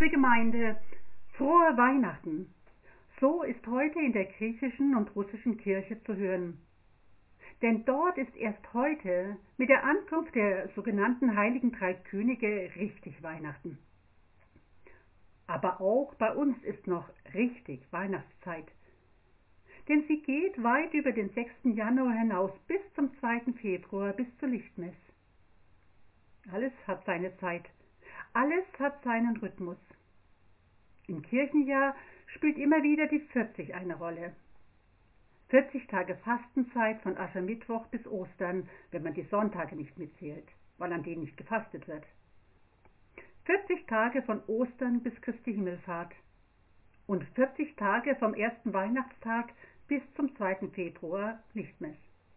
Liebe Gemeinde, frohe Weihnachten. So ist heute in der griechischen und russischen Kirche zu hören. Denn dort ist erst heute mit der Ankunft der sogenannten Heiligen Drei Könige richtig Weihnachten. Aber auch bei uns ist noch richtig Weihnachtszeit. Denn sie geht weit über den 6. Januar hinaus bis zum 2. Februar, bis zur Lichtmess. Alles hat seine Zeit. Alles hat seinen Rhythmus. Im Kirchenjahr spielt immer wieder die 40 eine Rolle. 40 Tage Fastenzeit von Aschermittwoch bis Ostern, wenn man die Sonntage nicht mitzählt, weil an denen nicht gefastet wird. 40 Tage von Ostern bis Christi Himmelfahrt und 40 Tage vom ersten Weihnachtstag bis zum 2. Februar Lichtmess.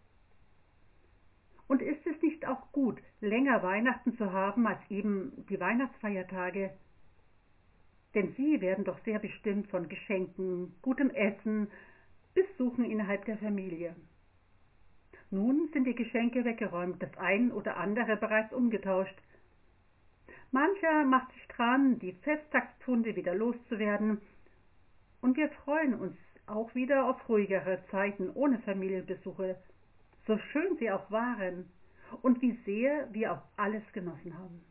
Und ist es nicht auch gut, länger Weihnachten zu haben als eben die Weihnachtsfeiertage? Denn sie werden doch sehr bestimmt von Geschenken, gutem Essen, Besuchen innerhalb der Familie. Nun sind die Geschenke weggeräumt, das ein oder andere bereits umgetauscht. Mancher macht sich dran, die Festtagspfunde wieder loszuwerden, und wir freuen uns auch wieder auf ruhigere Zeiten ohne Familienbesuche, so schön sie auch waren und wie sehr wir auch alles genossen haben.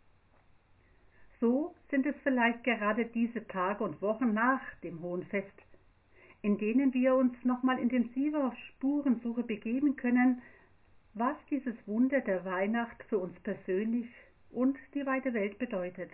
So sind es vielleicht gerade diese Tage und Wochen nach dem Hohen Fest, in denen wir uns nochmal intensiver auf Spurensuche begeben können, was dieses Wunder der Weihnacht für uns persönlich und die weite Welt bedeutet.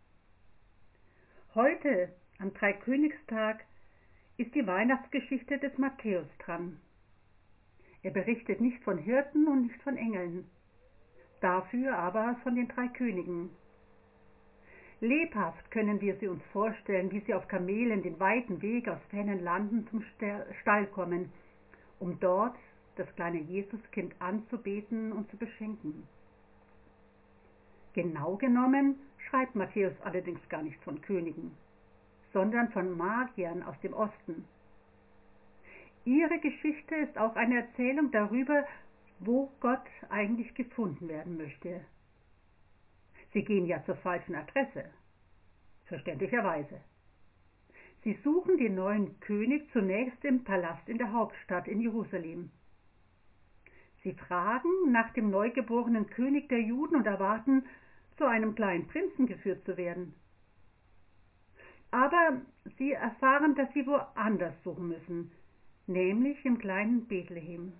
Heute, am Dreikönigstag, ist die Weihnachtsgeschichte des Matthäus dran. Er berichtet nicht von Hirten und nicht von Engeln, dafür aber von den 3 Königen. Lebhaft können wir sie uns vorstellen, wie sie auf Kamelen den weiten Weg aus fernen Landen zum Stall kommen, um dort das kleine Jesuskind anzubeten und zu beschenken. Genau genommen schreibt Matthäus allerdings gar nicht von Königen, sondern von Magiern aus dem Osten. Ihre Geschichte ist auch eine Erzählung darüber, wo Gott eigentlich gefunden werden möchte. Sie gehen ja zur falschen Adresse, verständlicherweise. Sie suchen den neuen König zunächst im Palast in der Hauptstadt in Jerusalem. Sie fragen nach dem neugeborenen König der Juden und erwarten, zu einem kleinen Prinzen geführt zu werden. Aber sie erfahren, dass sie woanders suchen müssen, nämlich im kleinen Bethlehem.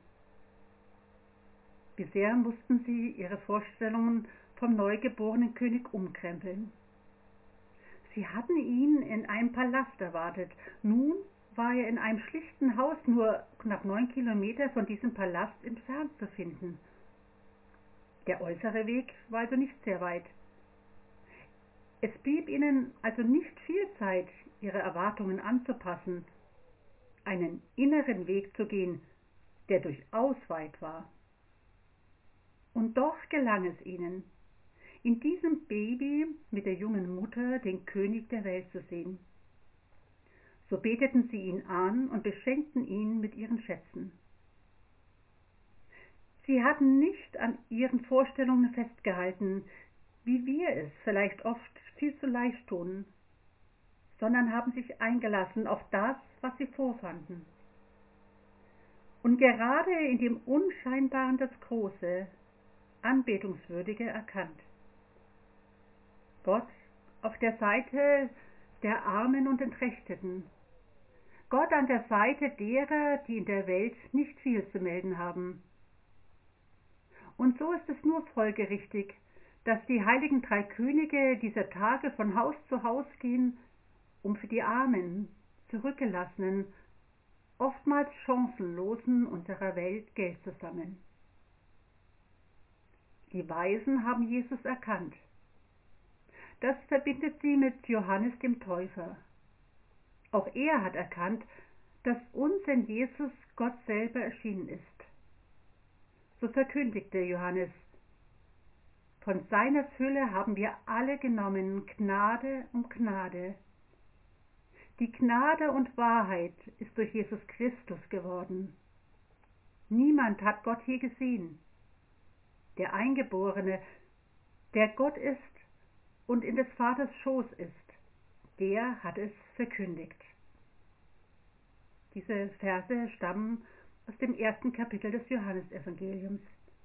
Bisher mussten sie ihre Vorstellungen vom neugeborenen König umkrempeln. Sie hatten ihn in einem Palast erwartet. Nun war er in einem schlichten Haus nur knapp 9 Kilometer von diesem Palast entfernt zu finden. Der äußere Weg war also nicht sehr weit. Es blieb ihnen also nicht viel Zeit, ihre Erwartungen anzupassen, einen inneren Weg zu gehen, der durchaus weit war. Und doch gelang es ihnen, in diesem Baby mit der jungen Mutter den König der Welt zu sehen. So beteten sie ihn an und beschenkten ihn mit ihren Schätzen. Sie hatten nicht an ihren Vorstellungen festgehalten, wie wir es vielleicht oft viel zu leicht tun, sondern haben sich eingelassen auf das, was sie vorfanden. Und gerade in dem Unscheinbaren das Große, Anbetungswürdige erkannt. Gott auf der Seite der Armen und Entrechteten. Gott an der Seite derer, die in der Welt nicht viel zu melden haben. Und so ist es nur folgerichtig, dass die heiligen 3 Könige dieser Tage von Haus zu Haus gehen, um für die Armen, Zurückgelassenen, oftmals Chancenlosen unserer Welt Geld zu sammeln. Die Weisen haben Jesus erkannt. Das verbindet sie mit Johannes dem Täufer. Auch er hat erkannt, dass uns in Jesus Gott selber erschienen ist. So verkündigte Johannes: Von seiner Fülle haben wir alle genommen, Gnade um Gnade. Die Gnade und Wahrheit ist durch Jesus Christus geworden. Niemand hat Gott je gesehen. Der Eingeborene, der Gott ist und in des Vaters Schoß ist, der hat es verkündigt. Diese Verse stammen aus dem 1. Kapitel des Johannesevangeliums.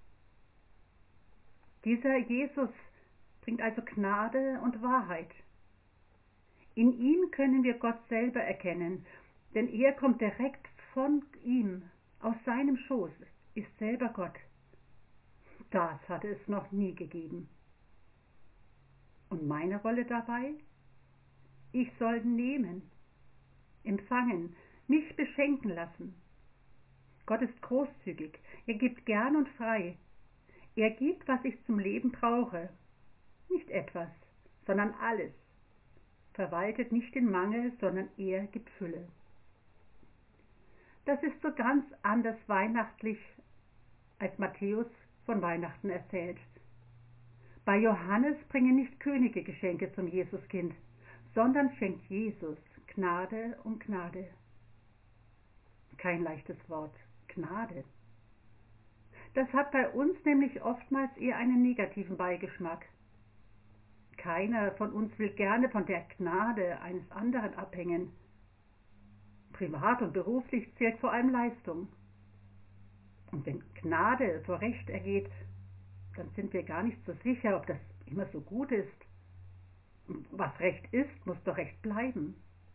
Dieser Jesus bringt also Gnade und Wahrheit. In ihm können wir Gott selber erkennen, denn er kommt direkt von ihm, aus seinem Schoß, ist selber Gott. Das hat es noch nie gegeben. Und meine Rolle dabei? Ich soll nehmen, empfangen, mich beschenken lassen. Gott ist großzügig, er gibt gern und frei. Er gibt, was ich zum Leben brauche. Nicht etwas, sondern alles. Verwaltet nicht den Mangel, sondern er gibt Fülle. Das ist so ganz anders weihnachtlich, als Matthäus von Weihnachten erzählt. Bei Johannes bringen nicht Könige Geschenke zum Jesuskind, sondern schenkt Jesus Gnade um Gnade. Kein leichtes Wort, Gnade. Das hat bei uns nämlich oftmals eher einen negativen Beigeschmack. Keiner von uns will gerne von der Gnade eines anderen abhängen. Privat und beruflich zählt vor allem Leistung. Und wenn Gnade vor Recht ergeht, dann sind wir gar nicht so sicher, ob das immer so gut ist. Und was Recht ist, muss doch Recht bleiben.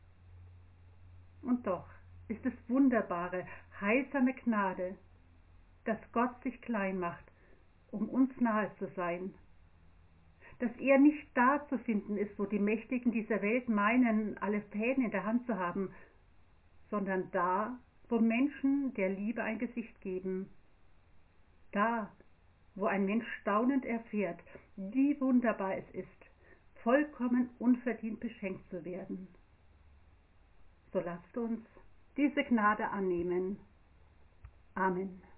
Und doch ist es wunderbare, heilsame Gnade, dass Gott sich klein macht, um uns nahe zu sein. Dass er nicht da zu finden ist, wo die Mächtigen dieser Welt meinen, alle Fäden in der Hand zu haben, sondern da, wo Menschen der Liebe ein Gesicht geben. Da, wo ein Mensch staunend erfährt, wie wunderbar es ist, vollkommen unverdient beschenkt zu werden. So lasst uns diese Gnade annehmen. Amen.